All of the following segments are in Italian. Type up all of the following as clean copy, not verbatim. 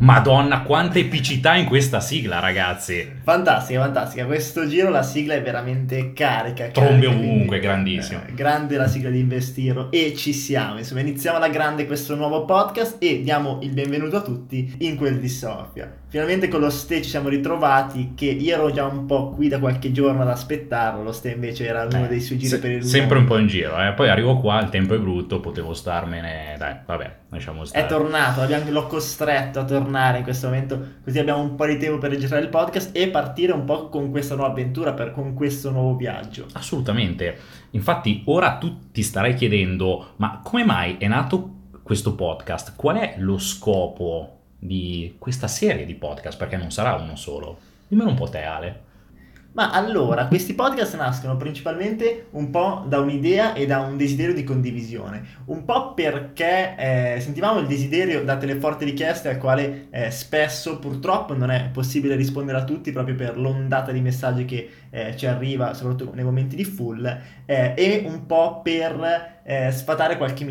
Madonna, quanta epicità in questa sigla, ragazzi. Fantastica. Questo giro la sigla è veramente carica. Trombe quindi, ovunque, grandissimo. grande la sigla di Investiro e ci siamo. Insomma, iniziamo alla grande questo nuovo podcast e diamo il benvenuto a tutti in quel di Sofia. Finalmente con lo Ste ci siamo ritrovati, che io ero già un po' qui da qualche giorno ad aspettarlo, lo Ste invece era uno dei suoi giri per il mondo. Sempre un po' in giro, poi arrivo qua, il tempo è brutto, potevo starmene, dai, vabbè, lasciamo stare. È tornato, l'ho costretto a tornare in questo momento, così abbiamo un po' di tempo per registrare il podcast e partire un po' con questa nuova avventura, con questo nuovo viaggio. Assolutamente, infatti ora tu ti starai chiedendo, ma come mai è nato questo podcast? Qual è lo scopo di questa serie di podcast? Perché non sarà uno solo. Dimmelo un po' te, Ale. Ma allora, questi podcast nascono principalmente un po' da un'idea e da un desiderio di condivisione, un po' perché sentivamo il desiderio da delle forti richieste al quale spesso purtroppo non è possibile rispondere a tutti proprio per l'ondata di messaggi che ci arriva, soprattutto nei momenti di full, e un po' per sfatare qualche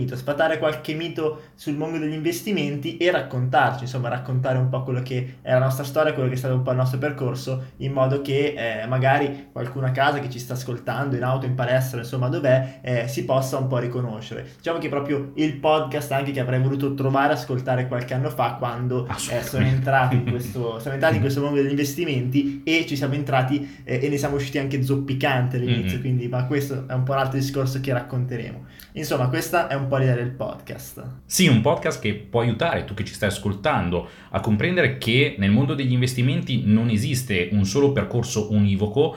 mito sul mondo degli investimenti e raccontarci, insomma raccontare un po' quello che è la nostra storia, quello che è stato un po' il nostro percorso, in modo che magari qualcuno a casa che ci sta ascoltando in auto, in palestra, insomma dov'è, si possa un po' riconoscere. Diciamo che proprio il podcast anche che avrei voluto trovare, ascoltare qualche anno fa quando sono entrati in questo mondo degli investimenti e ci siamo entrati e ne siamo usciti anche zoppicanti all'inizio, quindi ma questo è un po' un altro discorso che racconteremo. Insomma, questa è un po' l'idea del podcast. Sì, un podcast che può aiutare tu che ci stai ascoltando a comprendere che nel mondo degli investimenti non esiste un solo percorso univoco,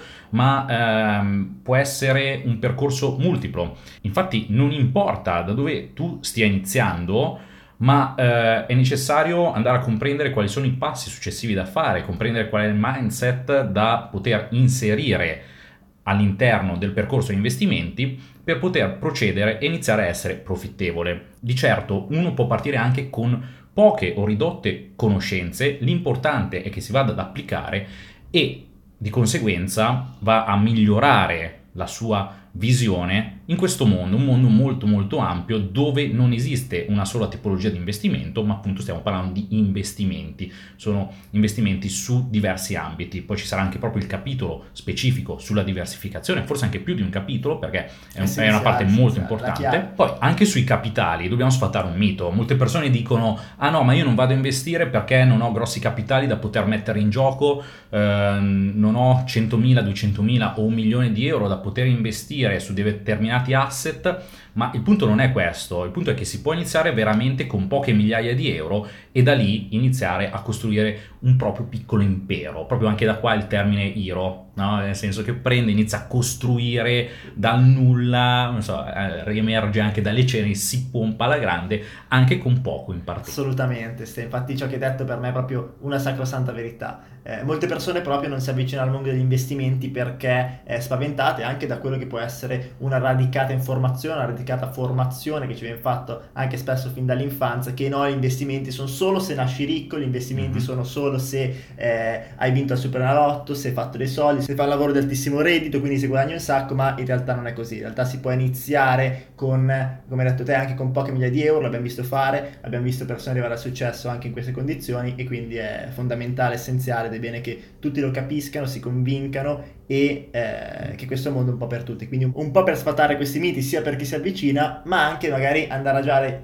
ma può essere un percorso multiplo. Infatti non importa da dove tu stia iniziando, ma è necessario andare a comprendere quali sono i passi successivi da fare, comprendere qual è il mindset da poter inserire all'interno del percorso di investimenti per poter procedere e iniziare a essere profittevole. Di certo uno può partire anche con poche o ridotte conoscenze, l'importante è che si vada ad applicare e di conseguenza va a migliorare la sua visione in questo mondo, un mondo molto molto ampio dove non esiste una sola tipologia di investimento, ma appunto stiamo parlando di investimenti, sono investimenti su diversi ambiti. Poi ci sarà anche proprio il capitolo specifico sulla diversificazione, forse anche più di un capitolo perché è una parte molto importante. Poi anche sui capitali dobbiamo sfatare un mito. Molte persone dicono ah no, ma io non vado a investire perché non ho grossi capitali da poter mettere in gioco, non ho 100.000, 200.000 o 1 milione di euro da poter investire su determinati asset, ma il punto non è questo, il punto è che si può iniziare veramente con poche migliaia di euro e da lì iniziare a costruire un proprio piccolo impero, proprio anche da qua il termine hero, no? Nel senso che inizia a costruire dal nulla, non so, riemerge anche dalle ceneri, si pompa alla grande anche con poco in parte. Assolutamente, infatti ciò che hai detto per me è proprio una sacrosanta verità. Molte persone proprio non si avvicinano al mondo degli investimenti perché spaventate anche da quello che può essere una radicata informazione, una radicata formazione che ci viene fatto anche spesso fin dall'infanzia, che no, gli investimenti sono solo se nasci ricco, gli investimenti sono solo se hai vinto al Superenalotto, se hai fatto dei soldi, se fai un lavoro di altissimo reddito, quindi se guadagni un sacco, ma in realtà non è così. In realtà si può iniziare con, come hai detto te, anche con poche migliaia di euro, l'abbiamo visto fare, abbiamo visto persone arrivare al successo anche in queste condizioni e quindi è fondamentale, essenziale ed è bene che tutti lo capiscano, si convincano e che questo è un mondo un po' per tutti, quindi un po' per sfatare questi miti sia per chi si avvicina ma anche magari andare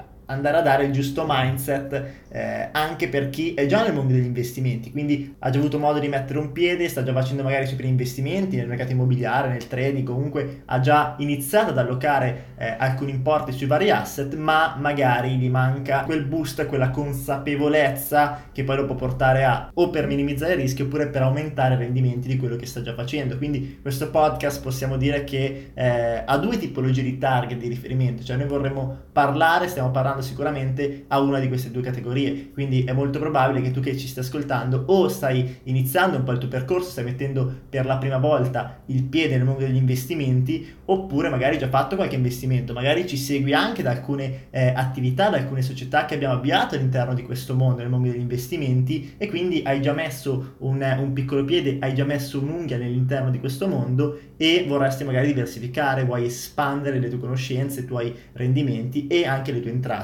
a dare il giusto mindset anche per chi è già nel mondo degli investimenti, quindi ha già avuto modo di mettere un piede, sta già facendo magari i suoi primi investimenti nel mercato immobiliare, nel trading, comunque ha già iniziato ad allocare alcuni importi sui vari asset, ma magari gli manca quel boost, quella consapevolezza che poi lo può portare a o per minimizzare i rischi oppure per aumentare i rendimenti di quello che sta già facendo. Quindi questo podcast possiamo dire che ha due tipologie di target di riferimento, cioè noi vorremmo stiamo parlando sicuramente a una di queste due categorie, quindi è molto probabile che tu che ci stai ascoltando o stai iniziando un po' il tuo percorso, stai mettendo per la prima volta il piede nel mondo degli investimenti, oppure magari già fatto qualche investimento, magari ci segui anche da alcune attività, da alcune società che abbiamo avviato all'interno di questo mondo, nel mondo degli investimenti, e quindi hai già messo un piccolo piede, hai già messo un'unghia all'interno di questo mondo e vorresti magari diversificare, vuoi espandere le tue conoscenze, i tuoi rendimenti e anche le tue entrate.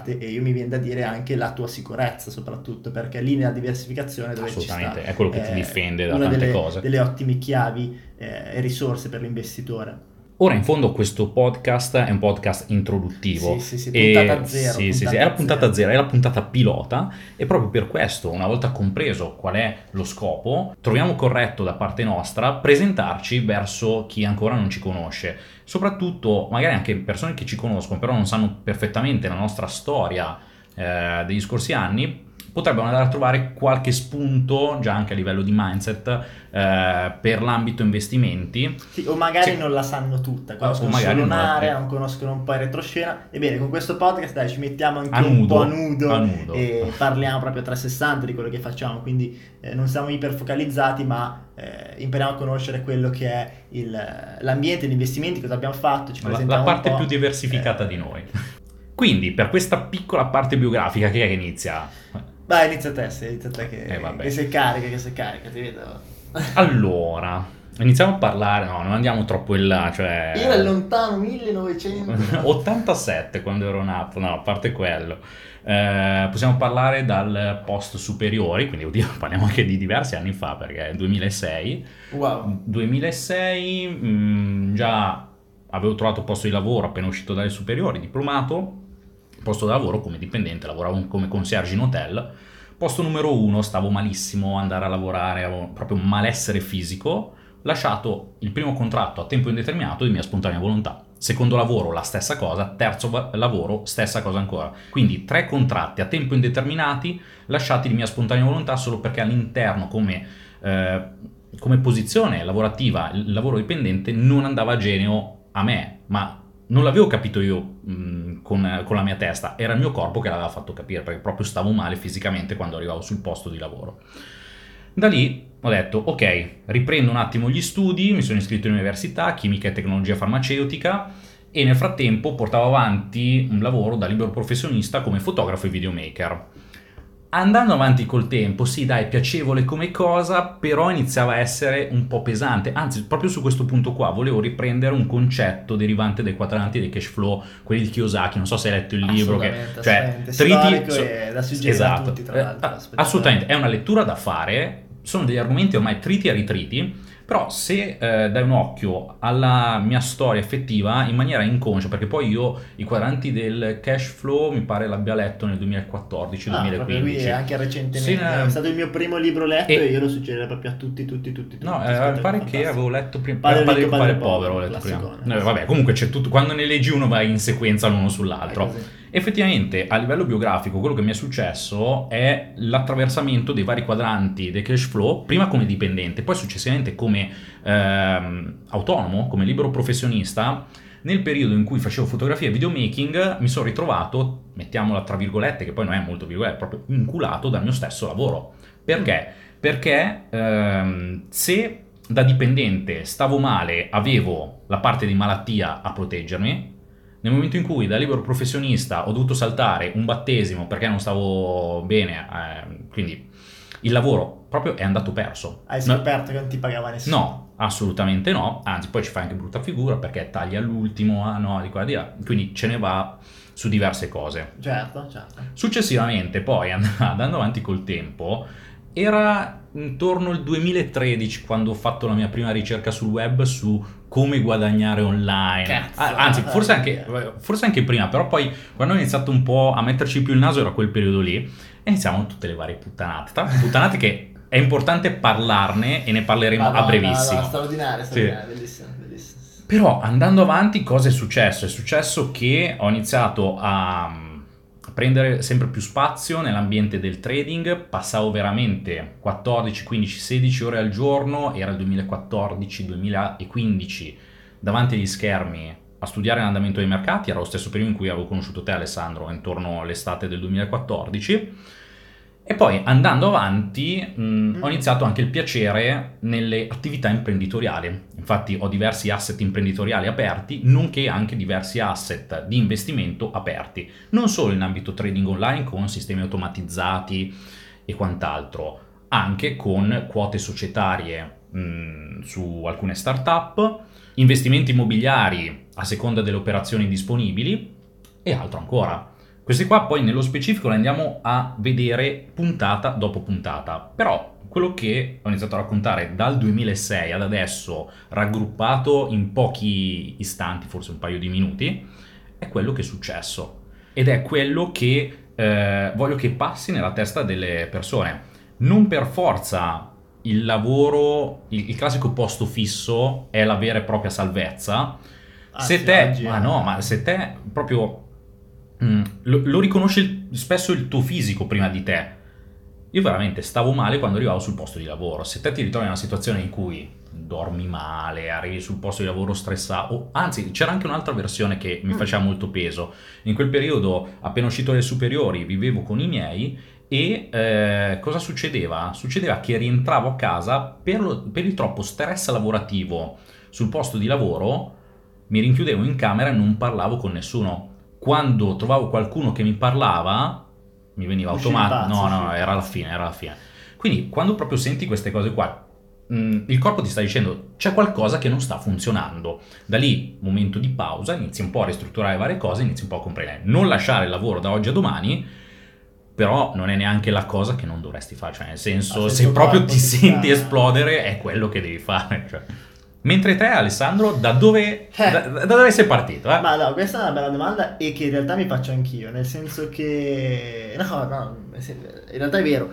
parte, e io mi viene da dire anche la tua sicurezza, soprattutto perché lì nella diversificazione dove ci sta, assolutamente, è quello che ti difende da una tante cose. delle ottime chiavi e risorse per l'investitore. Ora, in fondo, questo podcast è un podcast introduttivo. Sì, puntata zero. Sì, è la puntata zero, è la puntata pilota, e proprio per questo, una volta compreso qual è lo scopo, troviamo corretto da parte nostra presentarci verso chi ancora non ci conosce. Soprattutto, magari anche persone che ci conoscono, però non sanno perfettamente la nostra storia degli scorsi anni, potrebbero andare a trovare qualche spunto, già anche a livello di mindset, per l'ambito investimenti. Sì, o magari non la sanno tutta, conoscono solo un'area, non conoscono un po' in retroscena. Ebbene, con questo podcast dai, ci mettiamo anche un po' a nudo e parliamo proprio a 360 di quello che facciamo, quindi non siamo iperfocalizzati, ma impariamo a conoscere quello che è l'ambiente, gli investimenti, cosa abbiamo fatto, ci presentiamo la parte un po', più diversificata di noi. Quindi, per questa piccola parte biografica, chi è che inizia? Vai, inizia te che sei carica, ti vedo. Allora, iniziamo a parlare, no, non andiamo troppo in là, cioè... Io nel lontano 1987 quando ero nato, no, a parte quello. Possiamo parlare dal post superiori, quindi oddio, parliamo anche di diversi anni fa, perché è 2006. Wow. 2006, già avevo trovato posto di lavoro appena uscito dalle superiori, diplomato, posto di lavoro come dipendente, lavoravo come concierge in hotel. Posto numero 1, stavo malissimo andare a lavorare, avevo proprio un malessere fisico, lasciato il primo contratto a tempo indeterminato di mia spontanea volontà. Secondo lavoro la stessa cosa, terzo lavoro stessa cosa ancora. Quindi 3 contratti a tempo indeterminati lasciati di mia spontanea volontà solo perché all'interno come posizione lavorativa il lavoro dipendente non andava a genio a me, ma non l'avevo capito io con la mia testa, era il mio corpo che l'aveva fatto capire, perché proprio stavo male fisicamente quando arrivavo sul posto di lavoro. Da lì ho detto, ok, riprendo un attimo gli studi, mi sono iscritto in università, chimica e tecnologia farmaceutica, e nel frattempo portavo avanti un lavoro da libero professionista come fotografo e videomaker. Andando avanti col tempo, sì dai, piacevole come cosa, però iniziava a essere un po' pesante. Anzi, proprio su questo punto qua volevo riprendere un concetto derivante dai quadranti dei cash flow, quelli di Kiyosaki. Non so se hai letto il libro, assolutamente. Storico e da suggerire a tutti, tra l'altro. Assolutamente, è una lettura da fare, sono degli argomenti ormai triti e ritriti, però se dai un occhio alla mia storia effettiva in maniera inconscia, perché poi io i quadranti del cash flow mi pare l'abbia letto nel 2014-2015. Lui è anche recentemente, è stato il mio primo libro letto e io lo suggerirei proprio a tutti. No, pare che avevo letto prima Padre Ricco, Padre Povero, ho letto prima. Vabbè, comunque c'è tutto, quando ne leggi uno vai in sequenza l'uno sull'altro. Effettivamente a livello biografico quello che mi è successo è l'attraversamento dei vari quadranti del cash flow, prima come dipendente, poi successivamente come autonomo, come libero professionista. Nel periodo in cui facevo fotografia e videomaking mi sono ritrovato, mettiamola tra virgolette, che poi non è molto virgolette, proprio inculato dal mio stesso lavoro. Perché? Perché se da dipendente stavo male, avevo la parte di malattia a proteggermi. Nel momento in cui da libero professionista ho dovuto saltare un battesimo perché non stavo bene, quindi il lavoro proprio è andato perso. Hai scoperto che non ti pagava nessuno? No, assolutamente no, anzi poi ci fai anche brutta figura perché tagli all'ultimo, no, di qua di là, quindi ce ne va su diverse cose. Certo. Successivamente poi, andando avanti col tempo, era intorno al 2013 quando ho fatto la mia prima ricerca sul web su come guadagnare online. Anzi, forse anche prima, però poi quando ho iniziato un po' a metterci più il naso era quel periodo lì e iniziavano tutte le varie puttanate. Puttanate che è importante parlarne e ne parleremo a brevissimo. Straordinario, sì. Bellissimo. Però andando avanti cosa è successo? È successo che ho iniziato a prendere sempre più spazio nell'ambiente del trading, passavo veramente 14, 15, 16 ore al giorno, era il 2014-2015, davanti agli schermi a studiare l'andamento dei mercati, era lo stesso periodo in cui avevo conosciuto te Alessandro, intorno all'estate del 2014, e poi andando avanti ho iniziato anche il piacere nelle attività imprenditoriali. Infatti ho diversi asset imprenditoriali aperti, nonché anche diversi asset di investimento aperti, non solo in ambito trading online con sistemi automatizzati e quant'altro, anche con quote societarie su alcune startup, investimenti immobiliari a seconda delle operazioni disponibili e altro ancora. Questi qua poi nello specifico li andiamo a vedere puntata dopo puntata, però quello che ho iniziato a raccontare dal 2006 ad adesso, raggruppato in pochi istanti, forse un paio di minuti, è quello che è successo. Ed è quello che voglio che passi nella testa delle persone. Non per forza il lavoro, il classico posto fisso è la vera e propria salvezza. Ah Se sì, te, oggi ma è... no, ma se te proprio lo riconosce spesso il tuo fisiso prima di te. Io veramente stavo male quando arrivavo sul posto di lavoro. Se te ti ritrovi in una situazione in cui dormi male, arrivi sul posto di lavoro stressato, o anzi c'era anche un'altra versione che mi faceva molto peso. In quel periodo, appena uscito dalle superiori, vivevo con i miei e cosa succedeva? Succedeva che rientravo a casa per il troppo stress lavorativo sul posto di lavoro, mi rinchiudevo in camera e non parlavo con nessuno. Quando trovavo qualcuno che mi parlava, mi veniva Uscivi automatico. pazzo, No, uscivi no, era la pazzo. fine, era la fine. Quindi, quando proprio senti queste cose qua, il corpo ti sta dicendo c'è qualcosa che non sta funzionando. Da lì, momento di pausa, inizi un po' a ristrutturare varie cose, inizi un po' a comprendere. Non lasciare il lavoro da oggi a domani, però non è neanche la cosa che non dovresti fare. Cioè, nel Ma senso, se il se tuo proprio corpo ti ti senti sta... esplodere, è quello che devi fare. Cioè. Mentre te, Alessandro, da dove sei partito? Ma no, questa è una bella domanda e che in realtà mi faccio anch'io, nel senso che... No, no, in realtà è vero,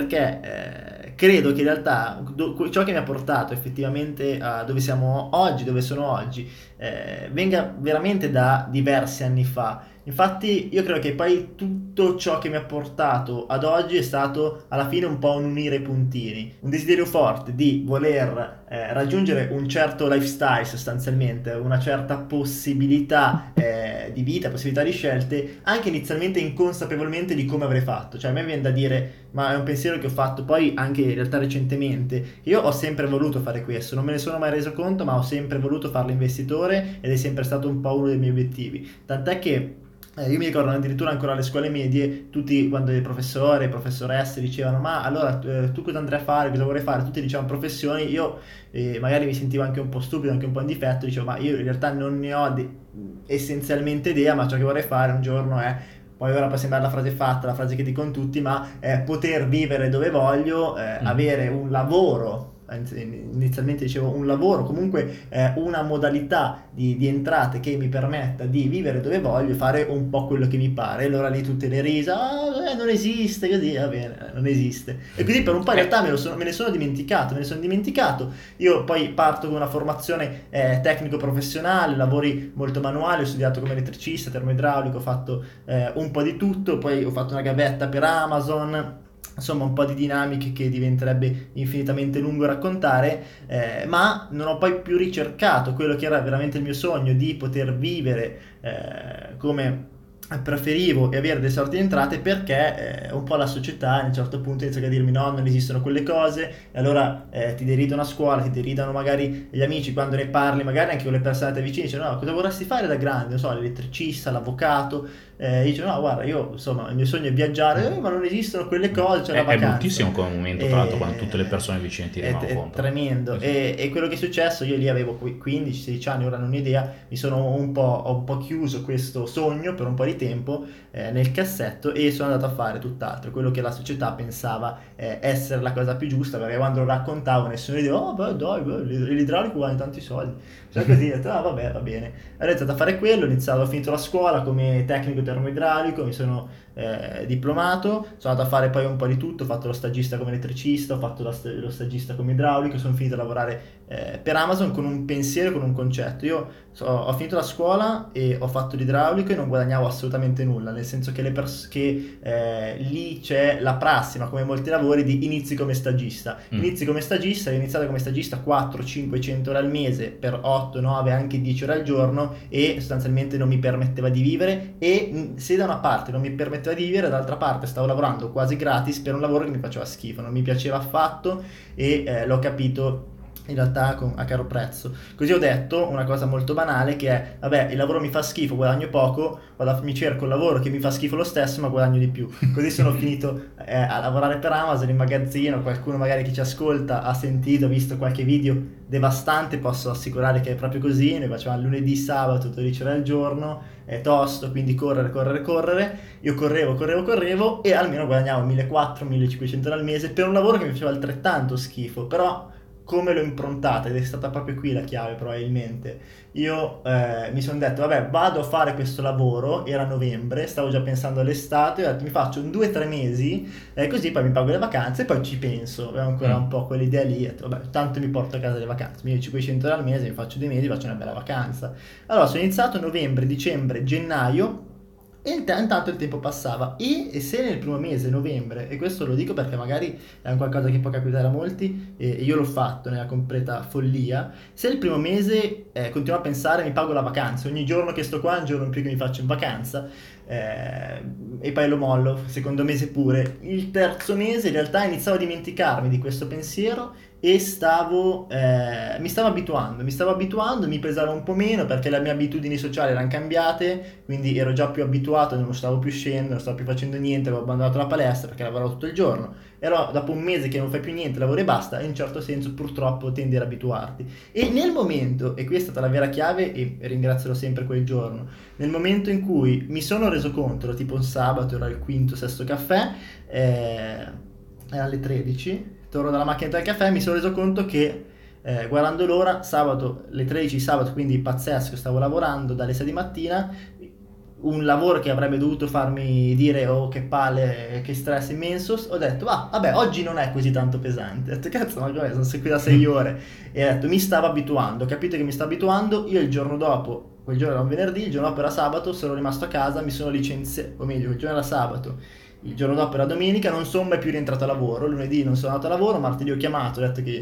perché credo che in realtà ciò che mi ha portato effettivamente a dove siamo oggi, dove sono oggi, venga veramente da diversi anni fa. Infatti io credo che poi tutto ciò che mi ha portato ad oggi è stato alla fine un po' un unire i puntini, un desiderio forte di voler raggiungere un certo lifestyle sostanzialmente, una certa possibilità di vita, possibilità di scelte, anche inizialmente inconsapevolmente di come avrei fatto. Cioè a me viene da dire, ma è un pensiero che ho fatto poi anche in realtà recentemente, io ho sempre voluto fare questo, non me ne sono mai reso conto, ma ho sempre voluto farlo investitore ed è sempre stato un po' uno dei miei obiettivi. Tant'è che io mi ricordo addirittura ancora alle scuole medie, tutti quando i professori e professoresse dicevano ma allora tu cosa andrai a fare, cosa vorrei fare, tutti dicevano professioni, io magari mi sentivo anche un po' stupido, anche un po' in difetto, dicevo ma io in realtà non ne ho essenzialmente idea, ma ciò che vorrei fare un giorno è, poi ora può sembrare la frase fatta, la frase che dicono tutti, ma poter vivere dove voglio, Mhm. avere un lavoro, inizialmente dicevo un lavoro, comunque una modalità di entrate che mi permetta di vivere dove voglio, fare un po' quello che mi pare. E allora lì tutte le risa, ah, non esiste, così, va bene, non esiste. E quindi per un po' in Eh, realtà me ne sono dimenticato, me ne sono dimenticato. Io poi parto con una formazione tecnico-professionale, lavori molto manuali, ho studiato come elettricista, termoidraulico, ho fatto un po' di tutto, poi ho fatto una gavetta per Amazon, insomma un po' di dinamiche che diventerebbe infinitamente lungo raccontare, ma non ho poi più ricercato quello che era veramente il mio sogno di poter vivere come preferivo e avere delle sorti di entrate perché un po' la società a un certo punto inizia a dirmi no, non esistono quelle cose e allora ti deridono a scuola, ti deridano magari gli amici quando ne parli, magari anche con le persone a te vicine, dicono no, cosa vorresti fare da grande? Non so, l'elettricista, l'avvocato, dice no, guarda, io insomma il mio sogno è viaggiare, ma non esistono quelle cose, c'è la è vacanza. bruttissimo come momento, tra l'altro, quando tutte le persone vicine ti rendono È conto. tremendo. Sì, sì. E quello che è successo, io lì avevo 15-16 anni, ora non ho idea, mi sono ho un po' chiuso questo sogno per un po' di tempo nel cassetto e sono andato a fare tutt'altro, quello che la società pensava essere la cosa più giusta, perché quando lo raccontavo nessuno diceva, oh beh dai, beh, l'idraulico guadagna tanti soldi. Cioè così, ho detto, ah vabbè, va bene. Ho iniziato a fare quello, ho finito la scuola come tecnico termoidraulico, mi sono diplomato, sono andato a fare poi un po' di tutto, ho fatto lo stagista come elettricista, ho fatto lo stagista come idraulico, sono finito a lavorare per Amazon con un pensiero, con un concetto. Ho finito la scuola e ho fatto l'idraulico e non guadagnavo assolutamente nulla, nel senso che, lì c'è la prassi, ma come molti lavori, di inizi come stagista. Mm. Inizi come stagista, ho iniziato come stagista 4, 5, 100 ore al mese per 8, 9, anche 10 ore al giorno e sostanzialmente non mi permetteva di vivere e se da una parte non mi permetteva di vivere, dall'altra parte stavo lavorando quasi gratis per un lavoro che mi faceva schifo, non mi piaceva affatto e l'ho capito in realtà a caro prezzo. Così ho detto una cosa molto banale che è, vabbè, il lavoro mi fa schifo, guadagno poco, mi cerco un lavoro che mi fa schifo lo stesso ma guadagno di più. Così sono finito a lavorare per Amazon in magazzino, qualcuno magari che ci ascolta ha sentito, ha visto qualche video devastante, posso assicurare che è proprio così. Noi facevamo lunedì, sabato, 12 ore al giorno, è tosto, quindi correre. Io correvo e almeno guadagnavo 1400-1500 euro al mese per un lavoro che mi faceva altrettanto schifo, però come l'ho improntata, ed è stata proprio qui la chiave probabilmente. Io mi sono detto, vabbè, vado a fare questo lavoro, era novembre, stavo già pensando all'estate, ho detto mi faccio un 2-3 mesi, così poi mi pago le vacanze e poi ci penso. Avevo ancora un po' quell'idea lì, ho detto, vabbè, tanto mi porto a casa le vacanze, 1500 euro al mese, mi faccio 2 mesi, faccio una bella vacanza. Allora sono iniziato novembre, dicembre, gennaio, e intanto il tempo passava e se nel primo mese, novembre, e questo lo dico perché magari è un qualcosa che può capitare a molti e io l'ho fatto nella completa follia, se il primo mese continuo a pensare mi pago la vacanza, ogni giorno che sto qua è un giorno in più che mi faccio in vacanza, e poi lo mollo, secondo mese pure. Il terzo mese in realtà iniziavo a dimenticarmi di questo pensiero e mi stavo abituando, mi pesava un po' meno perché le mie abitudini sociali erano cambiate, quindi ero già più abituato, non stavo più scendendo, non stavo più facendo niente, avevo abbandonato la palestra perché lavoravo tutto il giorno. Ero dopo un mese che non fai più niente, lavori e basta, e in un certo senso purtroppo tendi ad abituarti. E nel momento, e questa è stata la vera chiave, e ringrazierò sempre quel giorno, nel momento in cui mi sono reso conto, tipo un sabato, era il quinto, sesto caffè, era alle 13, torno dalla macchina del caffè e mi sono reso conto che guardando l'ora, sabato, le 13 sabato, quindi pazzesco, stavo lavorando dalle 6 di mattina, un lavoro che avrebbe dovuto farmi dire oh che palle, che stress immenso, ho detto vabbè oggi non è così tanto pesante, ho detto cazzo ma come sono qui da 6 ore, e ho detto mi stavo abituando, ho capito che mi stavo abituando. Io il giorno dopo, quel giorno era un venerdì, il giorno dopo era sabato, sono rimasto a casa, mi sono licenziato, o meglio, quel giorno era sabato, il giorno dopo era domenica, non sono mai più rientrato a lavoro, lunedì non sono andato a lavoro, martedì ho chiamato, ho detto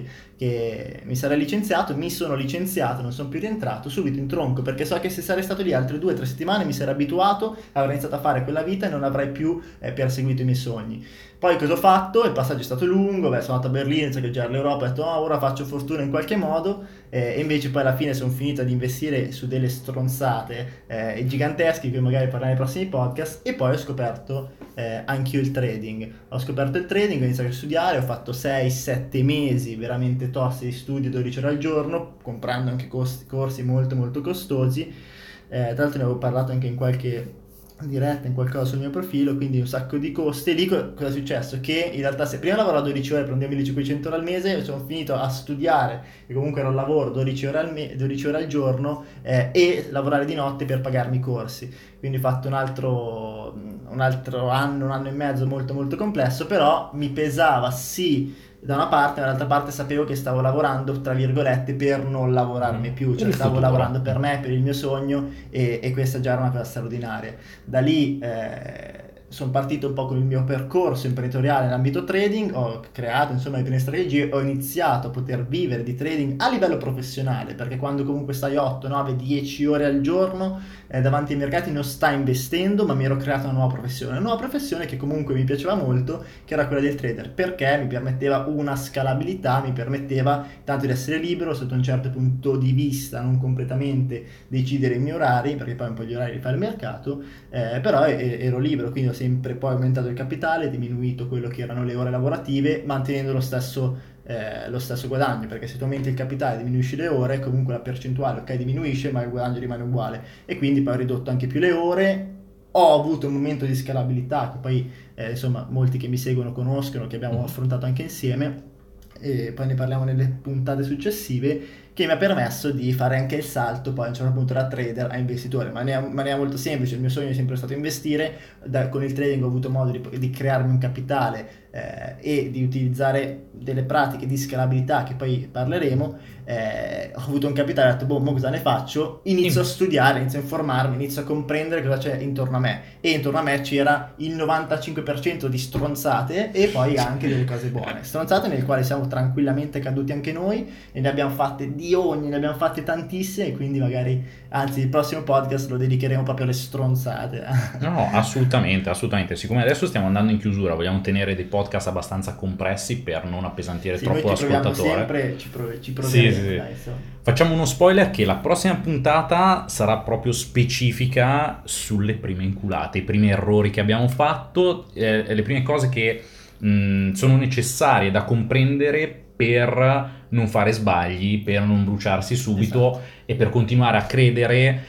che mi sarei licenziato, mi sono licenziato, non sono più rientrato, subito in tronco, perché so che se sarei stato lì altre 2 o 3 settimane mi sarei abituato, avrei iniziato a fare quella vita e non avrei più perseguito i miei sogni. Poi cosa ho fatto? Il passaggio è stato lungo, sono andato a Berlino, ho iniziato a girare l'Europa, ho detto ora faccio fortuna in qualche modo, e invece poi alla fine sono finito ad investire su delle stronzate gigantesche, di cui magari parlerò nei prossimi podcast, e poi ho scoperto anch'io il trading. Ho scoperto il trading, ho iniziato a studiare, ho fatto 6-7 mesi veramente tosti di studio, 12 ore al giorno, comprando anche corsi molto molto costosi. Tra l'altro ne avevo parlato anche in qualche diretta, in qualcosa sul mio profilo, quindi un sacco di costi. E lì cosa è successo? Che in realtà se prima lavoravo 12 ore, prendevo 1500 euro al mese, sono finito a studiare, che comunque era un lavoro 12 ore 12 ore al giorno, e lavorare di notte per pagarmi i corsi. Quindi ho fatto un altro anno, un anno e mezzo molto molto complesso, però mi pesava sì da una parte, ma dall'altra parte sapevo che stavo lavorando, tra virgolette, per non lavorarmi più, cioè stavo lavorando per me, per il mio sogno, e questa già era una cosa straordinaria. Da lì sono partito un po' con il mio percorso imprenditoriale nell'ambito trading, ho creato insomma le prime strategie, ho iniziato a poter vivere di trading a livello professionale, perché quando comunque stai 8, 9, 10 ore al giorno davanti ai mercati non stai investendo, ma mi ero creato una nuova professione che comunque mi piaceva molto, che era quella del trader, perché mi permetteva una scalabilità, mi permetteva tanto di essere libero sotto un certo punto di vista, non completamente decidere i miei orari, perché poi un po' gli orari li fa il mercato, però ero libero, quindi ho sempre poi aumentato il capitale, diminuito quello che erano le ore lavorative, mantenendo lo stesso guadagno, perché se tu aumenti il capitale e diminuisci le ore, comunque la percentuale ok diminuisce ma il guadagno rimane uguale, e quindi poi ho ridotto anche più le ore. Ho avuto un momento di scalabilità che poi insomma molti che mi seguono conoscono, che abbiamo affrontato anche insieme, e poi ne parliamo nelle puntate successive, che mi ha permesso di fare anche il salto poi a un certo punto da trader a investitore, ma in maniera molto semplice. Il mio sogno è sempre stato investire, con il trading ho avuto modo di crearmi un capitale e di utilizzare delle pratiche di scalabilità che poi parleremo. Ho avuto un capitale, ho detto boh, mo cosa ne faccio? Inizio a studiare, inizio a informarmi, inizio a comprendere cosa c'è intorno a me, e intorno a me c'era il 95% di stronzate e poi anche delle cose buone, stronzate nelle quali siamo tranquillamente caduti anche noi, e ne abbiamo fatte di ogni, ne abbiamo fatte tantissime, quindi magari, anzi, il prossimo podcast lo dedicheremo proprio alle stronzate. No, assolutamente, assolutamente. Siccome adesso stiamo andando in chiusura, vogliamo tenere dei podcast abbastanza compressi per non appesantire Sì, noi troppo ci proviamo l'ascoltatore. sempre, ci proveremo, Sì, sì. dai, insomma. Facciamo uno spoiler che la prossima puntata sarà proprio specifica sulle prime inculate, i primi errori che abbiamo fatto, le prime cose che sono necessarie da comprendere per non fare sbagli, per non bruciarsi subito, Esatto. e per continuare a credere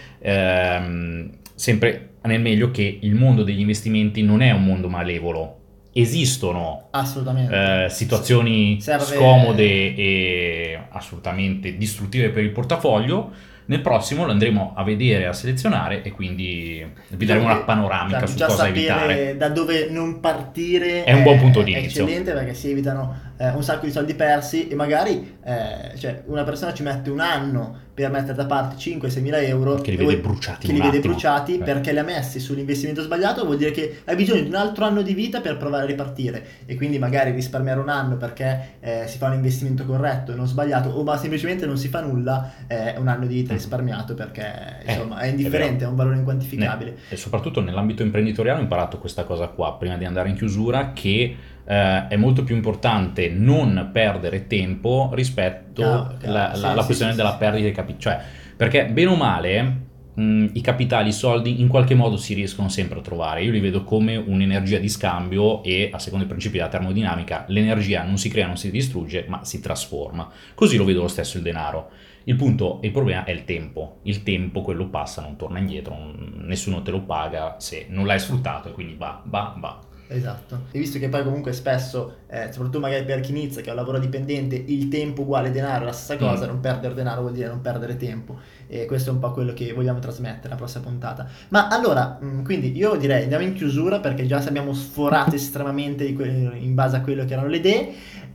sempre nel meglio, che il mondo degli investimenti non è un mondo malevolo. Esistono Assolutamente. situazioni Serve- scomode e assolutamente distruttive per il portafoglio. Nel prossimo lo andremo a vedere, a selezionare, e quindi vi daremo una panoramica su già cosa sapere evitare. da dove non partire È un buon punto di è inizio. eccellente, perché si evitano un sacco di soldi persi, e magari cioè, una persona ci mette un anno per mettere da parte 5-6 mila euro Che li e vede bruciati che in li un vede attimo. bruciati perché li ha messi sull'investimento sbagliato. Vuol dire che hai bisogno di un altro anno di vita per provare a ripartire, e quindi magari risparmiare un anno perché si fa un investimento corretto e non sbagliato, o ma semplicemente non si fa nulla, è un anno di vita risparmiato, perché insomma è indifferente, vero. è un valore inquantificabile. E soprattutto nell'ambito imprenditoriale ho imparato questa cosa qua, prima di andare in chiusura, che è molto più importante non perdere tempo rispetto alla questione della perdita di capitale. Cioè, perché bene o male i capitali, i soldi in qualche modo si riescono sempre a trovare. Io li vedo come un'energia di scambio, e a secondo i principi della termodinamica l'energia non si crea, non si distrugge, ma si trasforma. Così lo vedo lo stesso il denaro. Il punto e il problema è il tempo. Il tempo, quello passa, non torna indietro, nessuno te lo paga se non l'hai sfruttato, e quindi va. Esatto. E visto che poi comunque spesso, soprattutto magari per chi inizia, che è un lavoro dipendente, il tempo uguale denaro è la stessa cosa, non perdere denaro vuol dire non perdere tempo. E questo è un po' quello che vogliamo trasmettere alla prossima puntata. Ma allora, quindi io direi andiamo in chiusura, perché già abbiamo sforato estremamente in base a quello che erano le idee.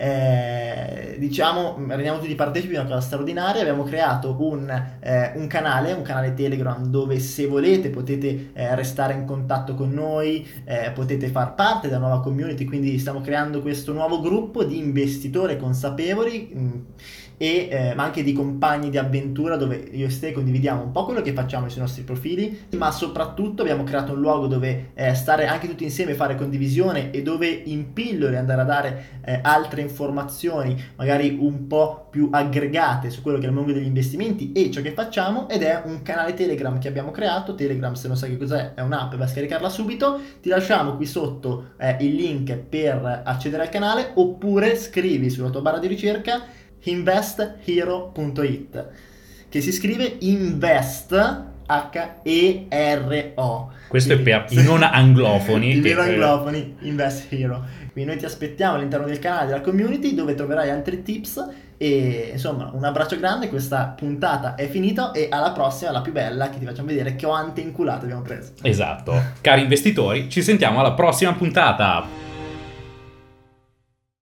Diciamo, rendiamo tutti partecipi di una cosa straordinaria. Abbiamo creato un canale Telegram, dove se volete potete restare in contatto con noi, potete far parte della nuova community. Quindi stiamo creando questo nuovo gruppo di investitori consapevoli, ma anche di compagni di avventura, dove io e te condividiamo un po' quello che facciamo sui nostri profili, ma soprattutto abbiamo creato un luogo dove stare anche tutti insieme, fare condivisione, e dove in pillole andare a dare altre informazioni magari un po' più aggregate su quello che è il mondo degli investimenti e ciò che facciamo. Ed è un canale Telegram che abbiamo creato. Telegram, se non sai che cos'è, è un'app, vai a scaricarla subito. Ti lasciamo qui sotto il link per accedere al canale, oppure scrivi sulla tua barra di ricerca investhero.it, che si scrive Invest H-E-R-O. Questo Quindi, è per i non anglofoni. I meno anglofoni, Invest Hero. Quindi noi ti aspettiamo all'interno del canale, della community, dove troverai altri tips. E insomma, un abbraccio grande. Questa puntata è finita, e alla prossima, la più bella, che ti facciamo vedere quante inculate abbiamo preso. Esatto. Cari investitori, ci sentiamo alla prossima puntata.